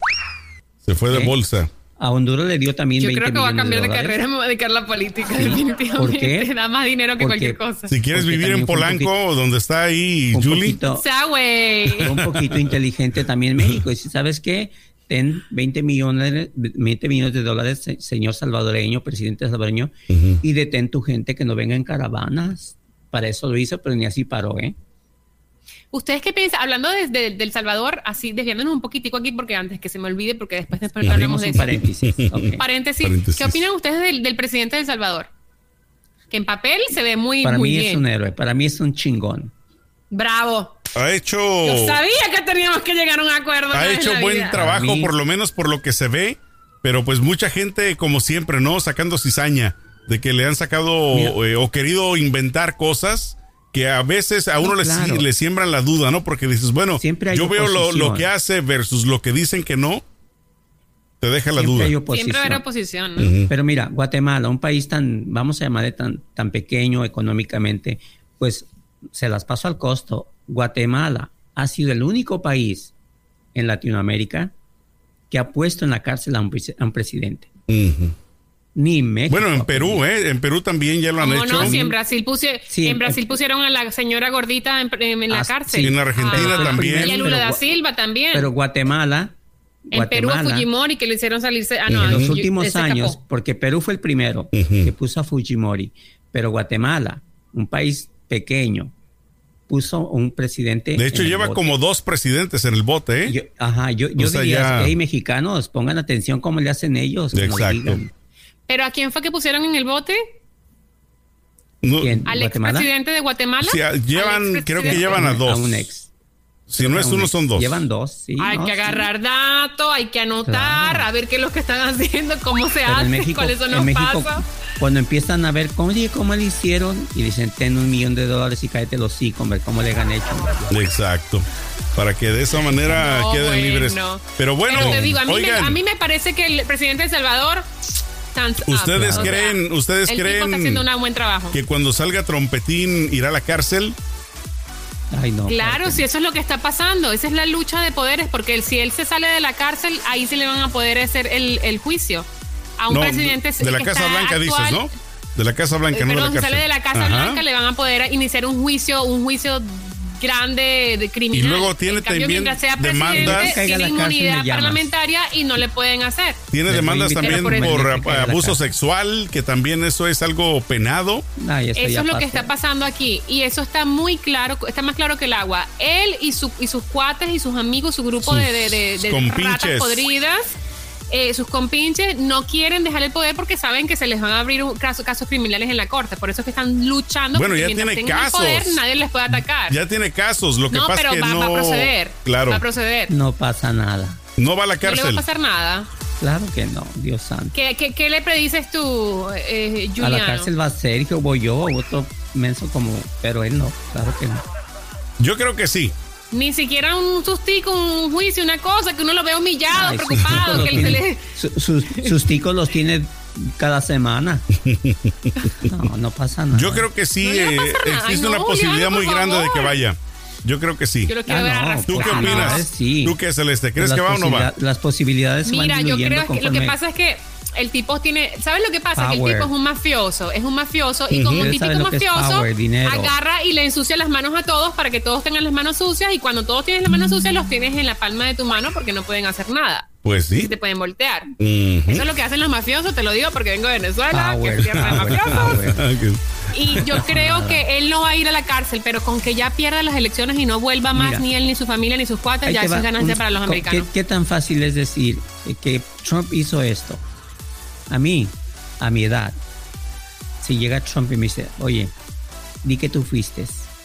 Se fue de ¿Eh? bolsa. A Honduras le dio también Yo veinte millones de dólares. Yo creo que va a cambiar de, de carrera, me voy a dedicar a la política, sí. Definitivamente. ¿Por qué? Da más dinero que cualquier cosa. Si quieres Porque vivir en Polanco, donde está ahí Julie. O sea, güey. Un poquito inteligente también México. Y si sabes qué, ten veinte millones, veinte millones de dólares, señor salvadoreño, presidente salvadoreño, uh-huh. y detén tu gente que no venga en caravanas. Para eso lo hizo, pero ni así paró, ¿eh? ¿Ustedes qué piensan? Hablando de, de, del Salvador, así desviándonos un poquitico aquí, porque antes que se me olvide, porque después, después sí, hablamos de eso. Paréntesis. Okay. paréntesis. Paréntesis. ¿Qué opinan ustedes del, del presidente de El Salvador? Que en papel se ve muy, para muy bien. Para mí es un héroe, para mí es un chingón. Bravo. Ha hecho... Yo sabía que teníamos que llegar a un acuerdo. Ha hecho buen vida. trabajo, mí... por lo menos por lo que se ve, pero pues mucha gente, como siempre, ¿no? Sacando cizaña de que le han sacado eh, o querido inventar cosas que a veces a uno no, le, claro. le siembran la duda, ¿no? Porque dices, bueno, yo veo lo, lo que hace versus lo que dicen que no, te deja la Siempre duda. Hay Siempre va a haber oposición, ¿no? Uh-huh. Pero mira, Guatemala, un país tan, vamos a llamarle tan, tan pequeño económicamente, pues se las paso al costo. Guatemala ha sido el único país en Latinoamérica que ha puesto en la cárcel a un, a un presidente. Uh-huh. Ni México. Bueno, en Perú, ¿eh? En Perú también ya lo han ¿Cómo hecho. no? Si en Brasil, pusie, Sí, en Brasil eh, pusieron a la señora gordita en, en, en la ah, cárcel. sí, en Argentina Ah, también. Y a Lula da Pero- Silva también. Pero Guatemala, en Perú a Guatemala, Fujimori, que lo hicieron salirse. Ah, no, en los yo- últimos ese años, escapó. porque Perú fue el primero Ujú. que puso a Fujimori, pero Guatemala, un país pequeño, puso un presidente. De hecho, en el lleva bote. como dos presidentes en el bote, ¿eh? Yo, ajá, yo, yo O sea, diría, ya- hey, mexicanos, pongan atención cómo le hacen ellos. que nos Exacto. digan. ¿Pero a quién fue que pusieron en el bote? No, ¿Quién? ¿Al ¿Guatemala? expresidente de Guatemala? sí, a- llevan, ¿Al creo que expresidente? llevan a dos. A un ex. Si no es A un uno, ex. son dos. Llevan dos, sí. Hay no, que sí. agarrar datos, hay que anotar, Claro. a ver qué es lo que están haciendo, cómo se Pero hace, en México, cuáles son en los México, pasos. cuando empiezan a ver cómo, oye, cómo le hicieron, y dicen, ten un millón de dólares y cállate los hocico, hombre, cómo le han hecho. Exacto. Para que de esa manera No, queden bueno. libres. Pero bueno, Pero te digo, a mí, me, oigan, a mí me parece que el presidente de El Salvador... stands up. ¿ustedes O sea, creen, ustedes el tipo está creen haciendo un buen trabajo. que cuando salga Trompetín irá a la cárcel? Ay, no. Claro, que si eso es lo que está pasando, esa es la lucha de poderes, porque el- si él se sale de la cárcel, ahí sí le van a poder hacer el, el juicio a un No, presidente de la que Casa está Blanca actual. dices, ¿no? De la Casa Blanca, Eh, no de la Perdón, si cárcel. sale de la Casa Ajá. Blanca le van a poder iniciar un juicio, un juicio grande de criminal. Y luego tiene En cambio, también mientras sea demandas. presidente, Caiga a la tiene cárcel, inmunidad me llamas. parlamentaria y no le pueden hacer. Tiene Les voy a demandas invitar también por eso. por Que eh, caiga a la abuso cárcel. sexual, que también eso es algo penado. Ay, eso Eso ya es lo que pasó. está pasando aquí y eso está muy claro, está más claro que el agua. Él y, su, y sus cuates y sus amigos, su grupo Sus de, de, de, de compinches. ratas podridas, eh, sus compinches no quieren dejar el poder porque saben que se les van a abrir un caso, casos criminales en la corte. Por eso es que están luchando. Bueno, porque ya mientras tiene tengan el casos. poder, nadie les puede atacar. Ya tiene casos, lo que no, pasa pero es que va, no. va a proceder. Claro, Va a proceder. No pasa nada. no va a la No le va a cárcel. pasar nada. Claro que no, Dios santo. ¿Qué, qué, qué le predices tú, eh, A Juliano? la cárcel va Sergio, voy yo, o otro menso como, pero él no, claro que no. Yo creo que sí. Ni siquiera un sustico, un juicio, una cosa, que uno lo vea humillado, Ay, sus preocupado, ticos que los él se tiene- le... su- sus, sus ticos los tiene cada semana. No, no pasa nada. Yo creo que sí, No le va a eh, pasar nada. existe Ay, una no, posibilidad Juliano, muy por grande de que favor. vaya. Yo creo que sí. Yo lo quiero Ah, ver no, arrastrado. ¿Tú qué pues, opinas? no, sí. ¿Tú qué, Celeste? ¿Crees Las que va o no va? posibilidad- Las posibilidades se Mira, van yo diluyendo creo que lo que conforme- pasa es que el tipo tiene, ¿sabes lo que pasa? Que el Power. tipo es un mafioso, es un mafioso y como Ujú. un Él sabe típico lo que es mafioso power, dinero. agarra y le ensucia las manos a todos para que todos tengan las manos sucias y cuando todos tienen las manos sucias los tienes en la palma de tu mano porque no pueden hacer nada. Pues sí. Y te pueden voltear. Ujú. Eso es lo que hacen los mafiosos, te lo digo porque vengo de Venezuela, Power, que es tierra de power, mafiosos. power. Y yo creo que él no va a ir a la cárcel, pero con que ya pierda las elecciones y no vuelva más Mira. ni él, ni su familia, ni sus cuates, Ahí ya te eso va es ganancia un- para los co- americanos. ¿Qué, qué tan fácil es decir eh, que Trump hizo esto? A mí, a mi edad, si llega Trump y me dice, oye, di que tú fuiste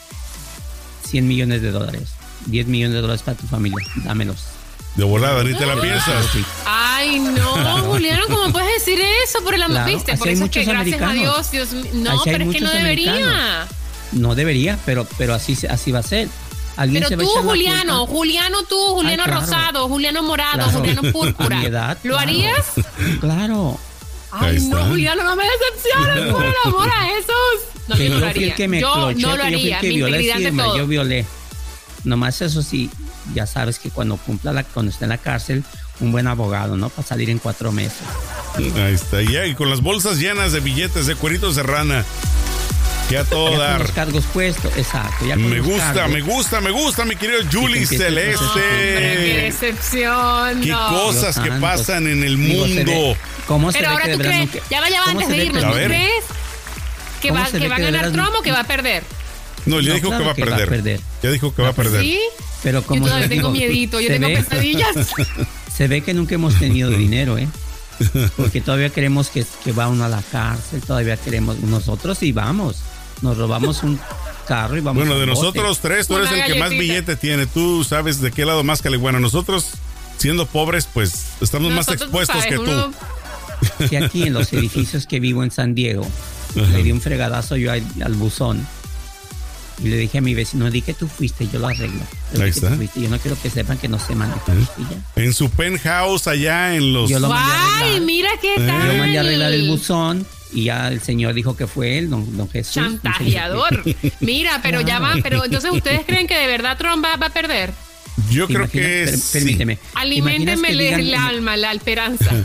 cien millones de dólares, diez millones de dólares para tu familia, dámelos. De volada, ni te la piensas. Sí. Ay, no, Juliano, ¿cómo puedes decir eso por el amor? Claro, ¿Viste? así Por hay eso es que muchos gracias a americanos. Dios, Dios mío. No, Así hay pero es que no muchos debería. americanos. No debería, pero, pero así, se- así va a ser. Alguien Pero se va a tú, echar la Juliano, culpa. Juliano tú, Juliano claro. rosado, Juliano morado, Claro. Juliano púrpura. A mi edad, ¿Lo claro. harías? Claro. Ahí Ay, no, está. Juliano, no me decepciones por el amor a Jesús. No, Que yo no lo yo fui el haría. que me Yo cloché, no lo que yo fui haría. el que Mi violé, integridad sí, de hombre, todo. yo violé. Nomás eso sí, ya sabes que cuando cumpla la, cuando esté en la cárcel, un buen abogado, ¿no? Para salir en cuatro meses. Ahí está. Ya, y con las bolsas llenas de billetes de cueritos de rana. Que a todo Ya con dar. los cargos puestos, exacto. Ya con Me los gusta, cargos. me gusta, me gusta, mi querido Julie empieza el Hombre, qué Celeste. decepción. Qué no. cosas Dios que santo. pasan en el Digo, se mundo. ve- ¿Cómo se Pero ve ahora que de tú verdad crees, nunca- ya va, ya va, cómo antes se de ve irnos, que- A ¿tú ver. crees que ¿Cómo va, se que ve va a que de ganar verdad Trump o que nunca- va a perder? No, ya No, dijo claro que va a que va a perder. perder. Ya dijo que va a perder. ¿Sí? Pero Yo como todavía les tengo digo, miedito, yo se tengo ve- pesadillas. Se ve que nunca hemos tenido dinero, ¿eh? Porque todavía queremos que, que va uno a la cárcel, todavía queremos, nosotros sí vamos, nos robamos un carro y vamos Bueno, de al bote. nosotros tres, tú eres Una el que más galletita. billete tiene. Tú sabes de qué lado más caliguana. Nosotros, siendo pobres, pues estamos más Nosotros, expuestos sabes, que tú. uno- Si aquí en los edificios que vivo en San Diego, le di un fregadazo yo al, al buzón y le dije a mi vecino, di que tú fuiste, yo lo arreglo. Yo Ahí di que tú está. fuiste. Yo no quiero que sepan que no se maneja. Y ya. En su penthouse allá en los... Yo lo mandé a Ay, arreglar. mira qué Eh. tal. Yo mandé a arreglar el buzón y ya el señor dijo que fue él, don, don Jesús. Chantajeador. Mira, pero ya va, pero entonces ustedes creen que de verdad Trump va, va a Yo ¿Te creo imaginas? que Per- es... Permíteme. Aliménteme ¿Imaginas que el, digan- el alma, la esperanza.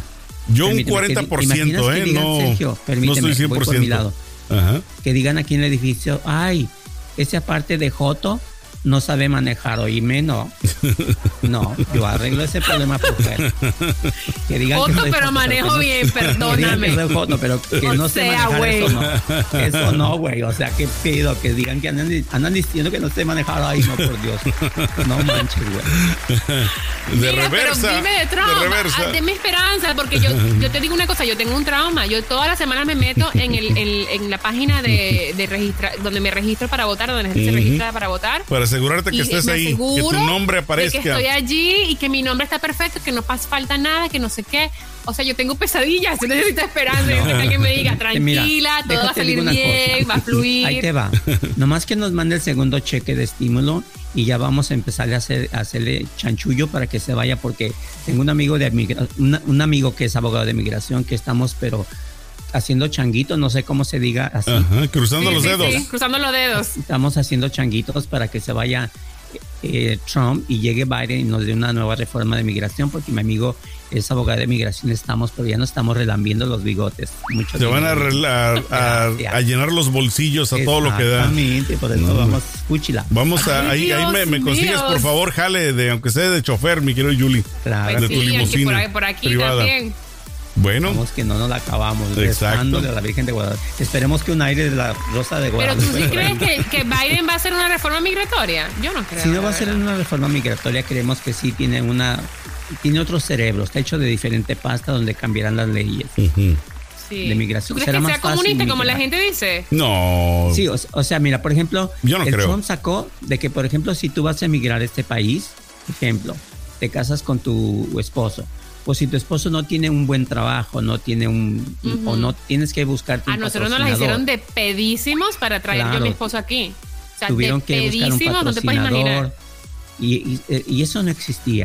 Yo un cuarenta por ciento, ¿eh? Digan, no, Sergio, no estoy cien por ciento. Voy por mi lado. Ajá. Que digan aquí en el edificio, ay, esa parte de Joto no sabe manejar, oíme, no. No, yo arreglo ese problema por fuera. Que digan Joto, que soy pero Joto, manejo pero bien, que no, perdóname. Que soy Joto, pero que O no sé sea, manejar, güey. eso no. Eso no, güey. O sea, que pido que digan que andan, andan diciendo que no sé manejar. Ay, no, por Dios. No manches, güey. De Mira, reversa. pero dime de trauma, De reversa. ah, deme esperanza, porque yo, yo te digo una cosa, yo tengo un trauma. Yo todas las semanas me meto en el en, en la página de, de registra, donde me registro para votar, donde la gente se Ujú. registra para votar. Para asegurarte que Y estés me ahí, que tu aseguro nombre de aparezca. que estoy allí y que mi nombre está perfecto, que no pasa falta nada, que no sé qué. O sea, yo tengo pesadillas, yo necesito esperanza, yo necesito que alguien me diga, tranquila, Mira, todo va a déjate salir digo una bien, cosa. va a fluir. Ahí te va. Nomás que nos mande el segundo cheque de estímulo y ya vamos a empezar a, hacer, a hacerle chanchullo para que se vaya, porque tengo un amigo de migra- una, un amigo que es abogado de migración, que estamos, pero haciendo changuitos, no sé cómo se diga así. Ajá, cruzando Sí, los sí, dedos. sí, cruzando los dedos. Estamos haciendo changuitos para que se vaya eh, Trump y llegue Biden y nos dé una nueva reforma de migración, porque mi amigo es abogado de migración, estamos, pero ya no estamos relambiendo los bigotes. Mucho Te van a, dinero. rela- a, a- a llenar los bolsillos a todo lo que da. Exactamente, por eso No, vamos, escúchila. Vamos a, Ay, ahí, ahí me, me Dios consigues, mío. por favor, jale, de, aunque sea de chofer, mi querido Julie. Claro. Pues de tu sí, aquí limusina por, ahí- por aquí privada. también. Bueno, Vamos que no nos la acabamos. Exacto. Rezándole a la Virgen de Guadalupe. Esperemos que un aire de la Rosa de Pero Guadalupe. tú sí crees que, que Biden va a hacer una reforma migratoria? Yo no creo. Si no va la a ser verdad. una reforma migratoria, creemos que sí tiene una tiene otro cerebro, está hecho de diferente pasta donde cambiarán las leyes ujú. Sí. de migración. ¿Tú crees Será que más sea fácil comunista como la migrar. gente dice? No. Sí, o, o sea, mira, por ejemplo, Yo no el creo. Trump sacó de que, por ejemplo, si tú vas a emigrar a este país, ejemplo, te casas con tu esposo, pues si tu esposo no tiene un buen trabajo, no tiene un, Ujú. o no tienes que buscarte A un nosotros nos las patrocinador. hicieron de pedísimos para traer yo a Claro. mi esposo aquí. O sea, Tuvieron de que buscar un pedísimos, no te puedes imaginar. patrocinador y, y, y eso no existía.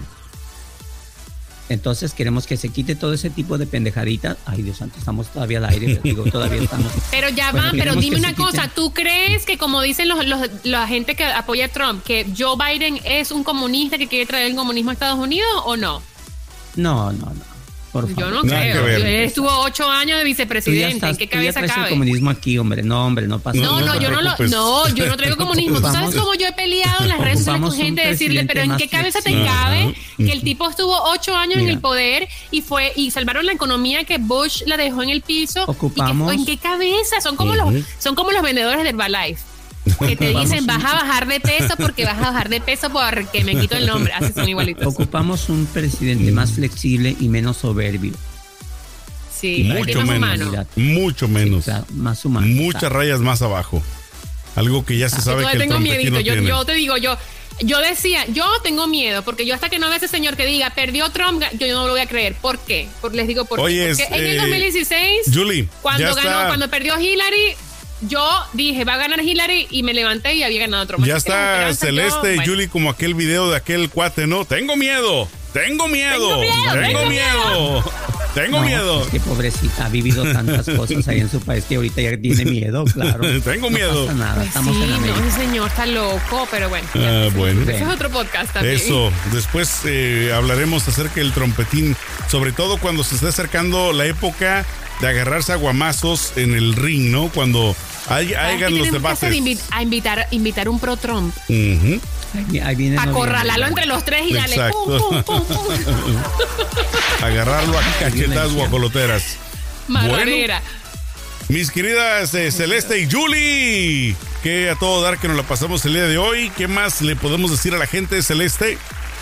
Entonces queremos que se quite todo ese tipo de pendejaditas. Ay, Dios santo, estamos todavía al aire, digo, todavía estamos. Pero ya Bueno, van, pero queremos dime que una se cosa, quiten. ¿tú crees que como dicen los, los, la gente que apoya a Trump, que Joe Biden es un comunista que quiere traer el comunismo a Estados Unidos o no? No, no, no. Por favor. Yo no Nada que creo. ver. Él estuvo ocho años de Tú ya vicepresidente. estás, ¿En qué tú ya cabeza traes el cabe? comunismo aquí, hombre. No, hombre, no pasa No, No no, te yo no lo, preocupes. no, yo no traigo comunismo. ¿Tú sabes Ocupamos- cómo yo he peleado en las redes sociales con ocupamos un gente de decirle, presidente pero ¿en más qué cabeza te flexible. cabe Ajá. que el tipo estuvo ocho años en Mira. el poder y fue y salvaron la economía que Bush la dejó en el piso? Ocupamos- ¿Y que, ¿En qué cabeza? Son como Ujú. los, son como los vendedores de Herbalife. Que te dicen, vas a bajar de peso porque vas a bajar de peso porque me quito el nombre. Así son igualitos. Ocupamos un presidente más flexible y menos soberbio. Sí, para que Mucho más menos. humano. Mucho menos. O sea, más humano. Muchas Exacto. rayas más abajo. Algo que ya se Yo sabe que todavía el tengo trompetino miedito. Yo, tiene. yo te digo, yo, yo decía, yo tengo miedo, porque yo hasta que no vea ese señor que diga, perdió Trump, yo no lo voy a creer. ¿Por qué? Por, les digo por Oye, qué. Porque es, en el eh, dos mil dieciséis, Julie, cuando ya ganó, está. cuando perdió Hillary, yo dije, va a ganar Hillary, y me levanté y había ganado Trump. Ya Así que la está esperanza, Celeste yo, y bueno. Julie como aquel video de aquel cuate, ¿no? Tengo miedo, tengo miedo, Tengo miedo, tengo tengo miedo, tengo No, miedo. es que pobrecita, ha vivido tantas cosas ahí en su país que ahorita ya tiene miedo, claro. Tengo No miedo. pasa nada, Pues estamos sí, en no, América. ese señor está loco, pero bueno. ya, Ah, ese- bueno. Ese es otro podcast también. Eso, después eh, hablaremos acerca del trompetín, sobre todo cuando se está acercando la época de agarrarse a guamazos en el ring, ¿no? Cuando hay, ¿Sabes qué hagan los tenemos que hacer? debates. Invi- a invitar, invitar un pro Trump. Ujú. Ahí, ahí viene Acorralarlo noviembre. entre los tres y darle Exacto. pum, pum, pum, pum. Agarrarlo a cachetas Violencia. guajoloteras. Marranera. Mis queridas eh, Celeste y Julie, que a todo dar que nos la pasamos el día de hoy. ¿Qué más le podemos decir a la gente, Celeste?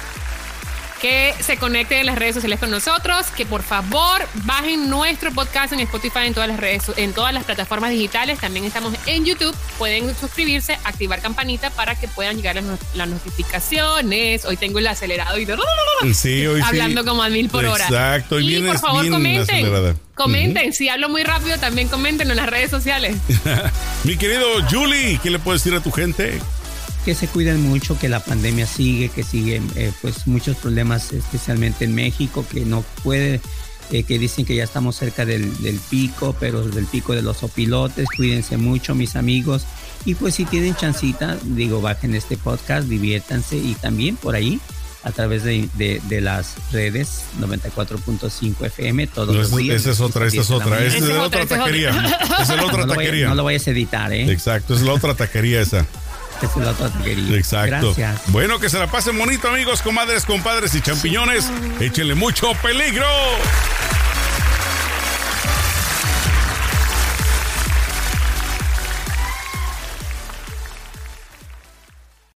Que se conecten en las redes sociales con nosotros, que por favor bajen nuestro podcast en Spotify, en todas las redes, en todas las plataformas digitales. También estamos en YouTube. Pueden suscribirse, activar campanita para que puedan llegar las, las notificaciones. Hoy tengo el acelerado y Sí, hoy sí. hablando como a mil por hora. Exacto, y y vienes por favor bien comenten. acelerada. Comenten, si hablo muy rápido también comenten en las redes sociales. Mi querido Julie, ¿qué le puedes decir a tu gente? Que se cuiden mucho, que la pandemia sigue, que siguen eh, pues muchos problemas, especialmente en México, que no puede, eh, que dicen que ya estamos cerca del, del pico, pero del pico de los opilotes. Cuídense mucho, mis amigos, y pues si tienen chancita, digo, bajen este podcast, diviértanse, y también por ahí a través de, de, de las redes noventa y cuatro punto cinco F M todos no, los días. Esa es otra, esta es otra. Esa es la otra taquería. Esa es la otra no taquería. Lo no lo vayas a editar, ¿eh? Exacto, es la otra taquería esa. Esa es la otra taquería. Exacto. Gracias. Bueno, que se la pasen bonito, amigos, comadres, compadres y champiñones. Échenle mucho peligro.